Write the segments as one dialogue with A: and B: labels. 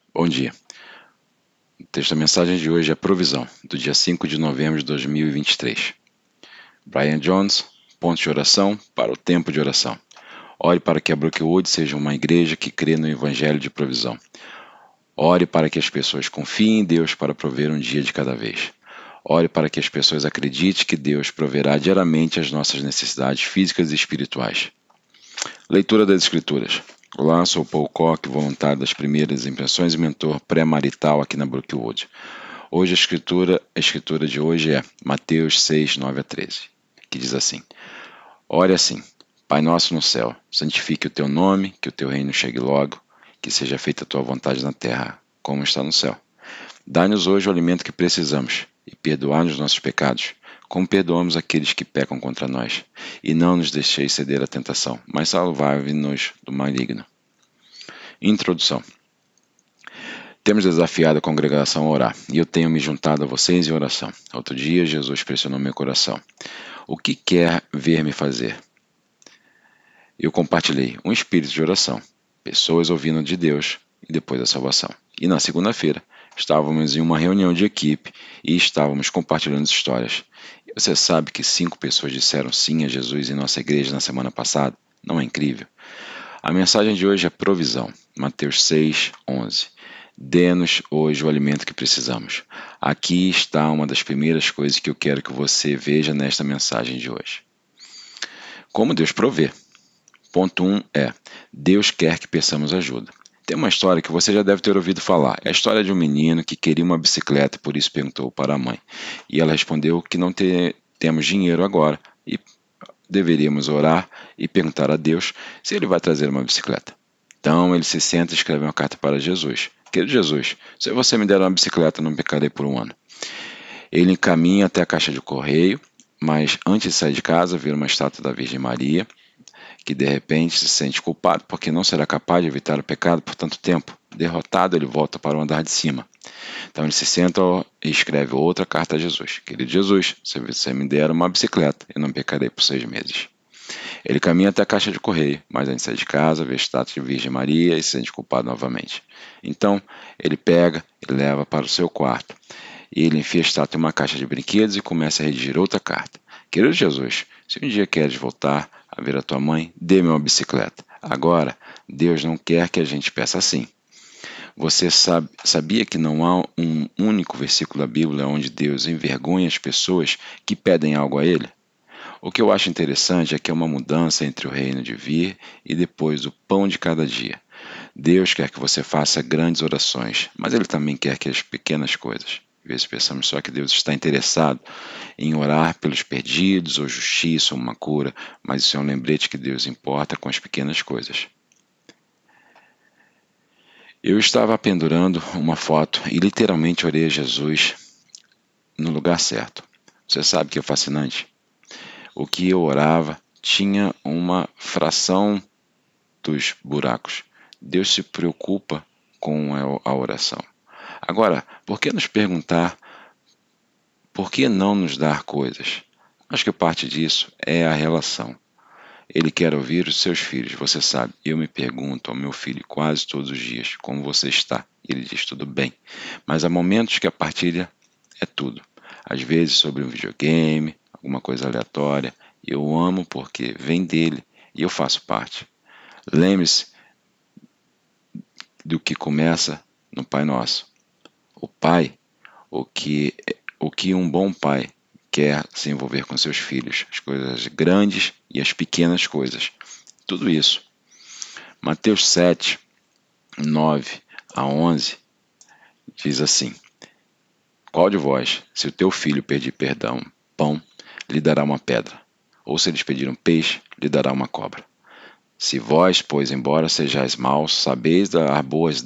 A: Bom dia. O texto da mensagem de hoje é Provisão, do dia 5 de novembro de 2023. Brian Jones, ponto de oração para o tempo de oração. Ore para que a Brookwood seja uma igreja que crê no Evangelho de provisão. Ore para que as pessoas confiem em Deus para prover um dia de cada vez. Ore para que as pessoas acreditem que Deus proverá diariamente as nossas necessidades físicas e espirituais. Leitura das Escrituras. Olá, sou Paul Koch, voluntário das Primeiras Impressões e mentor pré-marital aqui na Brookwood. Hoje a escritura de hoje é Mateus 6, 9 a 13, que diz assim: Ore assim, Pai nosso no céu, santifique o teu nome, que o teu reino chegue logo, que seja feita a tua vontade na terra, como está no céu. Dá-nos hoje o alimento que precisamos, e perdoai-nos nossos pecados, como perdoamos aqueles que pecam contra nós. E não nos deixeis ceder à tentação, mas salvai-nos do maligno. Introdução. Temos desafiado a congregação a orar, e eu tenho me juntado a vocês em oração. Outro dia, Jesus pressionou meu coração. O que quer ver-me fazer? Eu compartilhei um espírito de oração, pessoas ouvindo de Deus e depois da salvação. E na segunda-feira, estávamos em uma reunião de equipe e estávamos compartilhando histórias. Você sabe que 5 pessoas disseram sim a Jesus em nossa igreja na semana passada? Não é incrível? A mensagem de hoje é provisão, Mateus 6, 11. Dê-nos hoje o alimento que precisamos. Aqui está uma das primeiras coisas que eu quero que você veja nesta mensagem de hoje. Como Deus provê. Ponto 1 é, Deus quer que peçamos ajuda. Tem uma história que você já deve ter ouvido falar. É a história de um menino que queria uma bicicleta e por isso perguntou para a mãe. E ela respondeu que não temos dinheiro agora e deveríamos orar e perguntar a Deus se ele vai trazer uma bicicleta. Então ele se senta e escreve uma carta para Jesus. Querido Jesus, se você me der uma bicicleta, não pecarei por um ano. Ele encaminha até a caixa de correio, mas antes de sair de casa, vê uma estátua da Virgem Maria, que de repente se sente culpado porque não será capaz de evitar o pecado por tanto tempo. Derrotado, ele volta para o andar de cima. Então ele se senta e escreve outra carta a Jesus. Querido Jesus, se você me der uma bicicleta, eu não pecarei por 6 meses. Ele caminha até a caixa de correio, mas antes de sair de casa, vê a estátua de Virgem Maria e se sente culpado novamente. Então, ele pega e leva para o seu quarto. E ele enfia a estátua em uma caixa de brinquedos e começa a redigir outra carta. Querido Jesus, se um dia queres voltar a ver a tua mãe, dê-me uma bicicleta. Agora, Deus não quer que a gente peça assim. Você sabia que não há um único versículo da Bíblia onde Deus envergonha as pessoas que pedem algo a Ele? O que eu acho interessante é que é uma mudança entre o reino de vir e depois o pão de cada dia. Deus quer que você faça grandes orações, mas Ele também quer que as pequenas coisas. Às vezes pensamos só que Deus está interessado em orar pelos perdidos, ou justiça, ou uma cura, mas isso é um lembrete que Deus importa com as pequenas coisas. Eu estava pendurando uma foto e literalmente orei a Jesus no lugar certo. Você sabe que é fascinante? O que eu orava tinha uma fração dos buracos. Deus se preocupa com a oração. Agora, por que nos perguntar por que não nos dar coisas? Acho que parte disso é a relação. Ele quer ouvir os seus filhos, você sabe. Eu me pergunto ao meu filho quase todos os dias como você está. Ele diz tudo bem. Mas há momentos que a partilha é tudo. Às vezes sobre um videogame, alguma coisa aleatória. Eu amo porque vem dele e eu faço parte. Lembre-se do que começa no Pai Nosso. O Pai, o que um bom pai quer se envolver com seus filhos, as coisas grandes e as pequenas coisas. Tudo isso. Mateus 7, 9 a 11 diz assim: Qual de vós, se o teu filho pedir pão, lhe dará uma pedra? Ou se eles pedirem peixe, lhe dará uma cobra? Se vós, pois, embora sejais maus, sabeis dar boas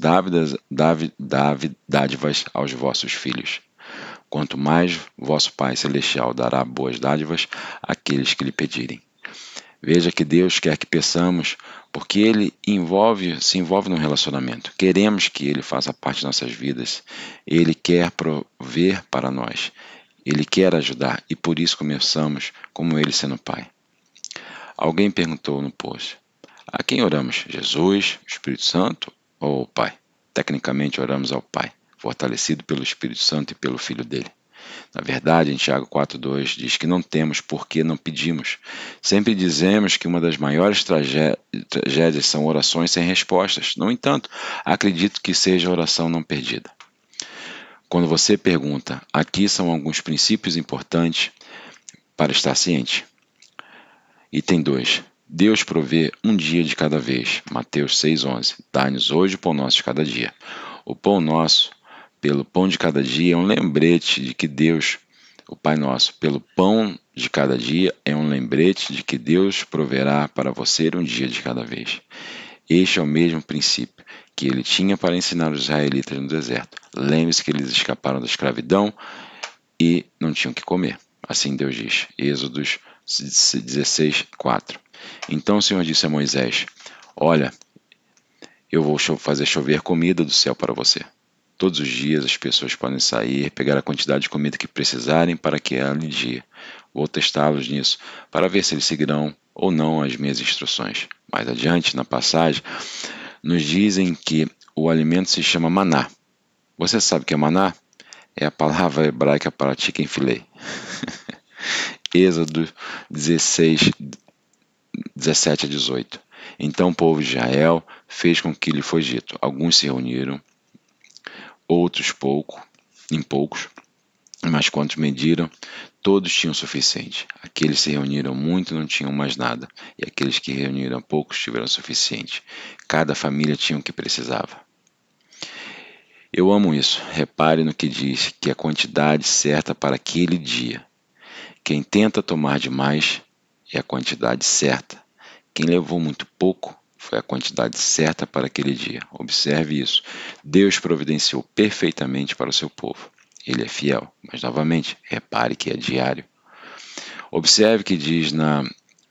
A: dádivas aos vossos filhos, quanto mais vosso Pai Celestial dará boas dádivas àqueles que lhe pedirem. Veja que Deus quer que peçamos, porque Ele se envolve no relacionamento. Queremos que Ele faça parte de nossas vidas. Ele quer prover para nós. Ele quer ajudar e por isso começamos como Ele sendo Pai. Alguém perguntou no post: a quem oramos? Jesus, o Espírito Santo ou o Pai? Tecnicamente, oramos ao Pai, fortalecido pelo Espírito Santo e pelo Filho dele. Na verdade, em Tiago 4,2 diz que não temos porque não pedimos. Sempre dizemos que uma das maiores tragédias são orações sem respostas. No entanto, acredito que seja oração não perdida. Quando você pergunta, aqui são alguns princípios importantes para estar ciente. Item 2. Deus provê um dia de cada vez. Mateus 6,11. Dá-nos hoje o pão nosso de cada dia. O pão nosso, pelo pão de cada dia, é um lembrete de que Deus, o Pai Nosso, pelo pão de cada dia, é um lembrete de que Deus proverá para você um dia de cada vez. Este é o mesmo princípio que ele tinha para ensinar os israelitas no deserto. Lembre-se que eles escaparam da escravidão e não tinham que comer. Assim Deus diz, Êxodos 16:4. Então o Senhor disse a Moisés, olha, eu vou fazer chover comida do céu para você. Todos os dias as pessoas podem sair, pegar a quantidade de comida que precisarem para aquele dia. Vou testá-los nisso, para ver se eles seguirão ou não as minhas instruções. Mais adiante, na passagem, nos dizem que o alimento se chama maná. Você sabe o que é maná? É a palavra hebraica para chicken filé. Êxodo 16:17-18. Então o povo de Israel fez com que lhe foi dito. Alguns se reuniram, outros em poucos, mas quantos mediram, todos tinham o suficiente. Aqueles que se reuniram muito não tinham mais nada, e aqueles que reuniram poucos tiveram o suficiente. Cada família tinha o que precisava. Eu amo isso. Repare no que diz, que a quantidade certa para aquele dia. Quem tenta tomar demais é a quantidade certa. Quem levou muito pouco foi a quantidade certa para aquele dia. Observe isso. Deus providenciou perfeitamente para o seu povo. Ele é fiel, mas novamente, repare que é diário. Observe que diz na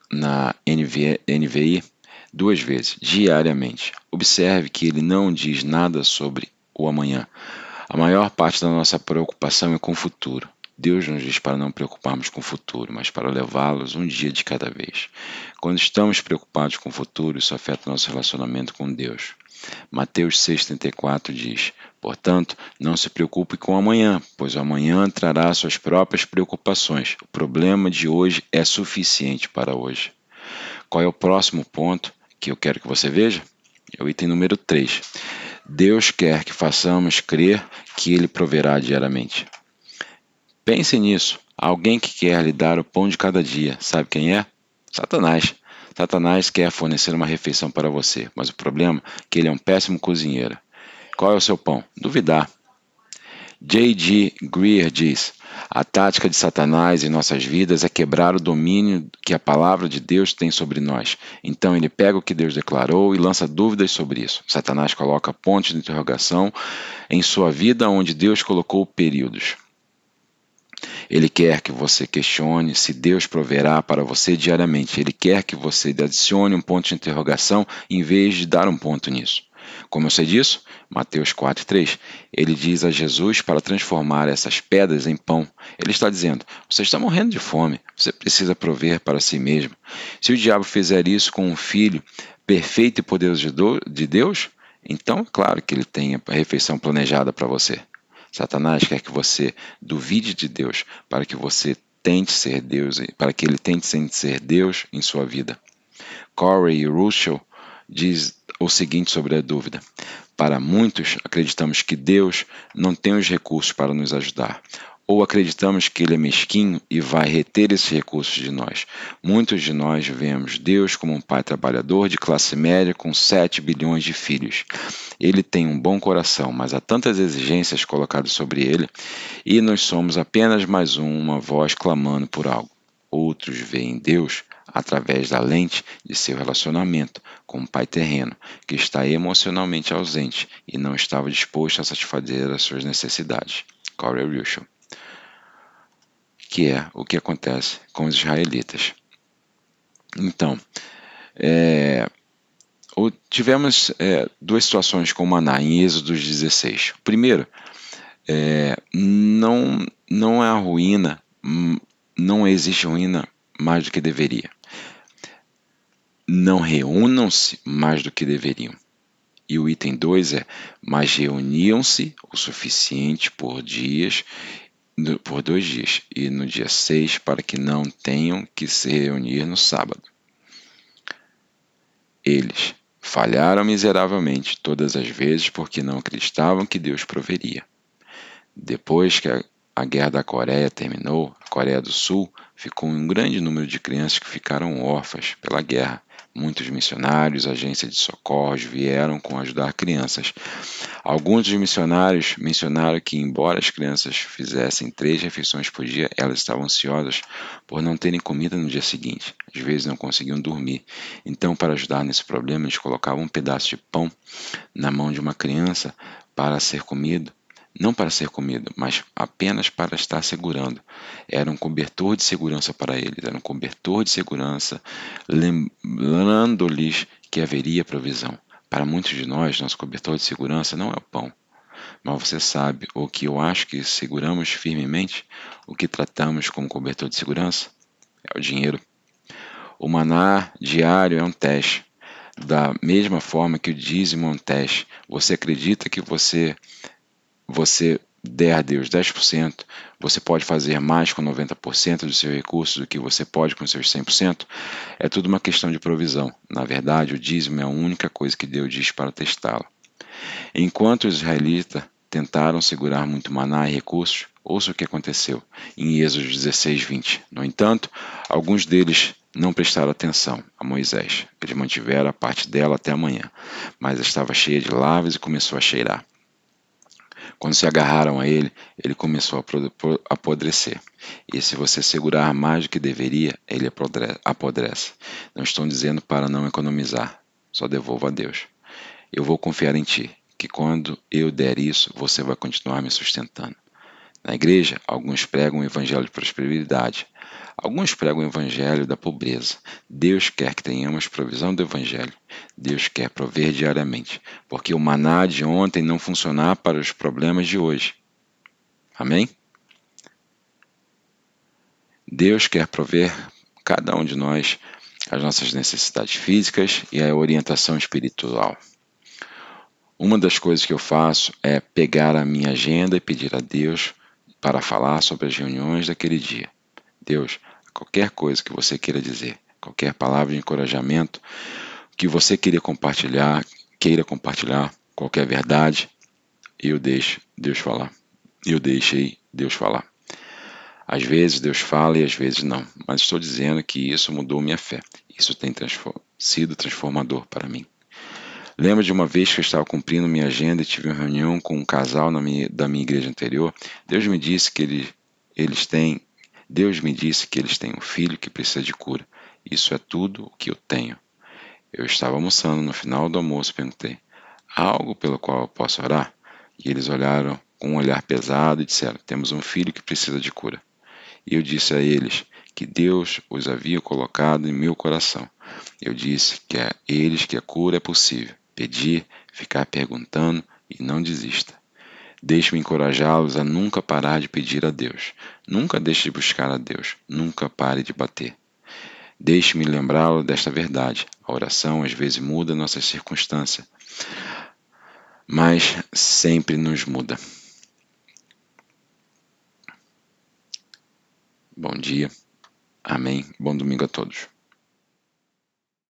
A: NVI 2 vezes, diariamente. Observe que ele não diz nada sobre o amanhã. A maior parte da nossa preocupação é com o futuro. Deus nos diz para não preocuparmos com o futuro, mas para levá-los um dia de cada vez. Quando estamos preocupados com o futuro, isso afeta nosso relacionamento com Deus. Mateus 6,34 diz, portanto, não se preocupe com o amanhã, pois o amanhã trará suas próprias preocupações. O problema de hoje é suficiente para hoje. Qual é o próximo ponto que eu quero que você veja? É o item número 3. Deus quer que façamos crer que Ele proverá diariamente. Pense nisso. Alguém que quer lhe dar o pão de cada dia, sabe quem é? Satanás. Satanás quer fornecer uma refeição para você, mas o problema é que ele é um péssimo cozinheiro. Qual é o seu pão? Duvidar. J.G. Greer diz, a tática de Satanás em nossas vidas é quebrar o domínio que a palavra de Deus tem sobre nós. Então ele pega o que Deus declarou e lança dúvidas sobre isso. Satanás coloca pontos de interrogação em sua vida onde Deus colocou períodos. Ele quer que você questione se Deus proverá para você diariamente. Ele quer que você adicione um ponto de interrogação em vez de dar um ponto nisso. Como eu sei disso? Mateus 4,3. Ele diz a Jesus para transformar essas pedras em pão. Ele está dizendo, você está morrendo de fome, você precisa prover para si mesmo. Se o diabo fizer isso com um filho perfeito e poderoso de Deus, então é claro que ele tem a refeição planejada para você. Satanás quer que você duvide de Deus para que você tente ser Deus, para que ele tente ser Deus em sua vida. Corey Russell diz o seguinte sobre a dúvida. Para muitos, acreditamos que Deus não tem os recursos para nos ajudar. Ou acreditamos que Ele é mesquinho e vai reter esses recursos de nós. Muitos de nós vemos Deus como um pai trabalhador de classe média com 7 bilhões de filhos. Ele tem um bom coração, mas há tantas exigências colocadas sobre ele e nós somos apenas mais uma voz clamando por algo. Outros veem Deus através da lente de seu relacionamento com um pai terreno, que está emocionalmente ausente e não estava disposto a satisfazer as suas necessidades. Corey Russell. Que é o que acontece com os israelitas. Então, tivemos duas situações com o maná em Êxodo 16. Primeiro, não é a ruína, não existe ruína mais do que deveria. Não reúnam-se mais do que deveriam. E o item 2 é: mas reuniam-se o suficiente por 2 dias, e no dia 6, para que não tenham que se reunir no sábado. Eles falharam miseravelmente todas as vezes porque não acreditavam que Deus proveria. Depois que a Guerra da Coreia terminou, a Coreia do Sul ficou um grande número de crianças que ficaram órfãs pela guerra. Muitos missionários, agências de socorros vieram com ajudar crianças. Alguns dos missionários mencionaram que, embora as crianças fizessem 3 refeições por dia, elas estavam ansiosas por não terem comida no dia seguinte. Às vezes não conseguiam dormir. Então, para ajudar nesse problema, eles colocavam um pedaço de pão na mão de uma criança para ser comido. Não para ser comido, mas apenas para estar segurando. Era um cobertor de segurança para eles, era um cobertor de segurança, lembrando-lhes que haveria provisão. Para muitos de nós, nosso cobertor de segurança não é o pão. Mas você sabe o que eu acho que seguramos firmemente, o que tratamos como cobertor de segurança? É o dinheiro. O maná diário é um teste. Da mesma forma que o dízimo é um teste. Você acredita que você der a Deus 10%, você pode fazer mais com 90% dos seus recursos do que você pode com seus 100%? É tudo uma questão de provisão. Na verdade, o dízimo é a única coisa que Deus diz para testá-lo. Enquanto os israelitas tentaram segurar muito maná e recursos, ouça o que aconteceu em Êxodo 16:20. No entanto, alguns deles não prestaram atenção a Moisés. Eles mantiveram a parte dela até amanhã, mas estava cheia de larvas e começou a cheirar. Quando se agarraram a ele, ele começou a apodrecer. E se você segurar mais do que deveria, ele apodrece. Não estou dizendo para não economizar, só devolva a Deus. Eu vou confiar em ti, que quando eu der isso, você vai continuar me sustentando. Na igreja, alguns pregam o evangelho de prosperidade. Alguns pregam o evangelho da pobreza. Deus quer que tenhamos provisão do evangelho. Deus quer prover diariamente, porque o maná de ontem não funcionará para os problemas de hoje. Amém? Deus quer prover cada um de nós as nossas necessidades físicas e a orientação espiritual. Uma das coisas que eu faço é pegar a minha agenda e pedir a Deus para falar sobre as reuniões daquele dia. Deus, qualquer coisa que você queira dizer, qualquer palavra de encorajamento que você queira compartilhar, qualquer verdade, eu deixo Deus falar. Eu deixei Deus falar. Às vezes Deus fala e às vezes não, mas estou dizendo que isso mudou minha fé. Isso tem sido transformador para mim. Lembro de uma vez que eu estava cumprindo minha agenda e tive uma reunião com um casal da minha igreja anterior. Deus me disse que eles têm um filho que precisa de cura. Isso é tudo o que eu tenho. Eu estava almoçando, no final do almoço perguntei: há algo pelo qual eu posso orar? E eles olharam com um olhar pesado e disseram: temos um filho que precisa de cura. E eu disse a eles que Deus os havia colocado em meu coração. Eu disse que a eles que a cura é possível. Pedir, ficar perguntando e não desista. Deixe-me encorajá-los a nunca parar de pedir a Deus. Nunca deixe de buscar a Deus. Nunca pare de bater. Deixe-me lembrá-lo desta verdade. A oração às vezes muda nossas circunstâncias, mas sempre nos muda. Bom dia. Amém. Bom domingo a todos.